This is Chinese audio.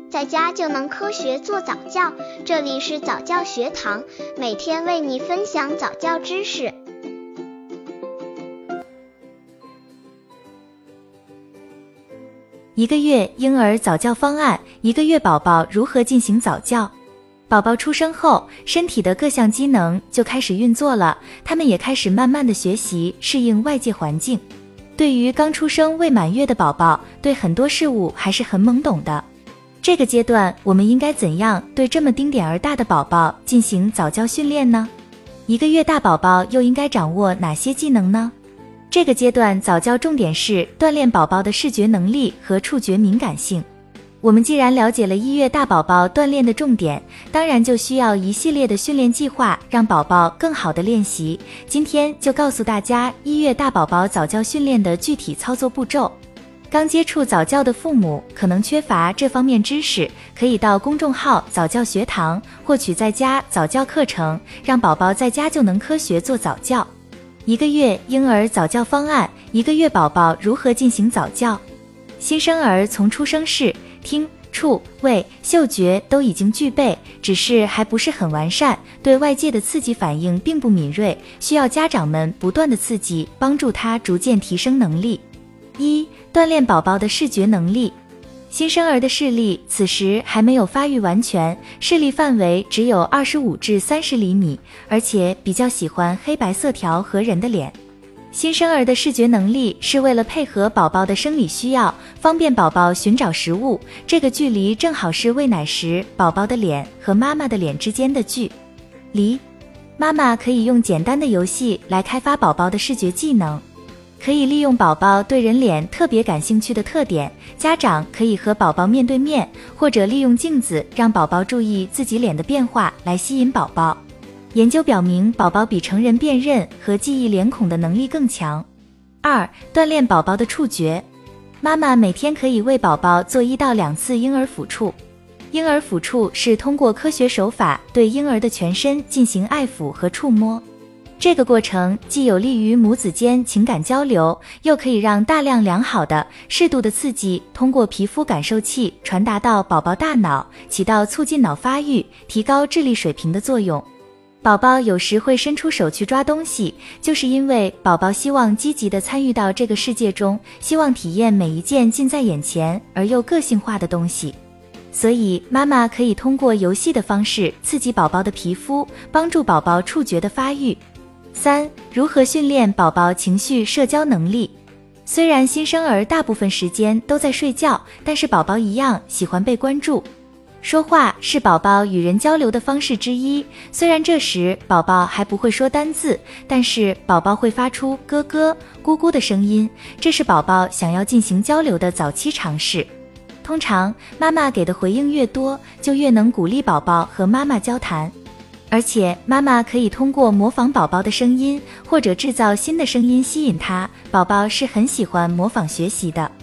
在家就能科学做早教。这里是早教学堂，每天为你分享早教知识。 1个月婴儿早教方案，1个月宝宝如何进行早教？宝宝出生后，身体的各项机能就开始运作了，他们也开始慢慢的学习，适应外界环境。对于刚出生未满月的宝宝，对很多事物还是很懵懂的。这个阶段，我们应该怎样对这么丁点儿大的宝宝进行早教训练呢？1个月大宝宝又应该掌握哪些技能呢？这个阶段早教重点是锻炼宝宝的视觉能力和触觉敏感性。我们既然了解了1月大宝宝锻炼的重点，当然就需要一系列的训练计划，让宝宝更好的练习。今天就告诉大家1月大宝宝早教训练的具体操作步骤。刚接触早教的父母可能缺乏这方面知识，可以到公众号早教学堂获取在家早教课程，让宝宝在家就能科学做早教。1个月婴儿早教方案，1个月宝宝如何进行早教？新生儿从出生时，听、触、味、嗅觉都已经具备，只是还不是很完善，对外界的刺激反应并不敏锐，需要家长们不断的刺激，帮助他逐渐提升能力。1、锻炼宝宝的视觉能力。新生儿的视力此时还没有发育完全，视力范围只有25至30厘米，而且比较喜欢黑白色条和人的脸。新生儿的视觉能力是为了配合宝宝的生理需要，方便宝宝寻找食物，这个距离正好是喂奶时宝宝的脸和妈妈的脸之间的距离。妈妈可以用简单的游戏来开发宝宝的视觉技能，可以利用宝宝对人脸特别感兴趣的特点，家长可以和宝宝面对面，或者利用镜子让宝宝注意自己脸的变化来吸引宝宝。研究表明，宝宝比成人辨认和记忆脸孔的能力更强。2、锻炼宝宝的触觉。妈妈每天可以为宝宝做1到2次婴儿抚触。婴儿抚触是通过科学手法对婴儿的全身进行爱抚和触摸。这个过程既有利于母子间情感交流，又可以让大量良好的、适度的刺激通过皮肤感受器传达到宝宝大脑，起到促进脑发育、提高智力水平的作用。宝宝有时会伸出手去抓东西，就是因为宝宝希望积极地参与到这个世界中，希望体验每一件近在眼前而又个性化的东西。所以妈妈可以通过游戏的方式刺激宝宝的皮肤，帮助宝宝触觉的发育。3、如何训练宝宝情绪社交能力。虽然新生儿大部分时间都在睡觉，但是宝宝一样喜欢被关注。说话是宝宝与人交流的方式之一，虽然这时宝宝还不会说单字，但是宝宝会发出咯咯、咕咕的声音，这是宝宝想要进行交流的早期尝试。通常妈妈给的回应越多，就越能鼓励宝宝和妈妈交谈。而且妈妈可以通过模仿宝宝的声音，或者制造新的声音吸引他，宝宝是很喜欢模仿学习的。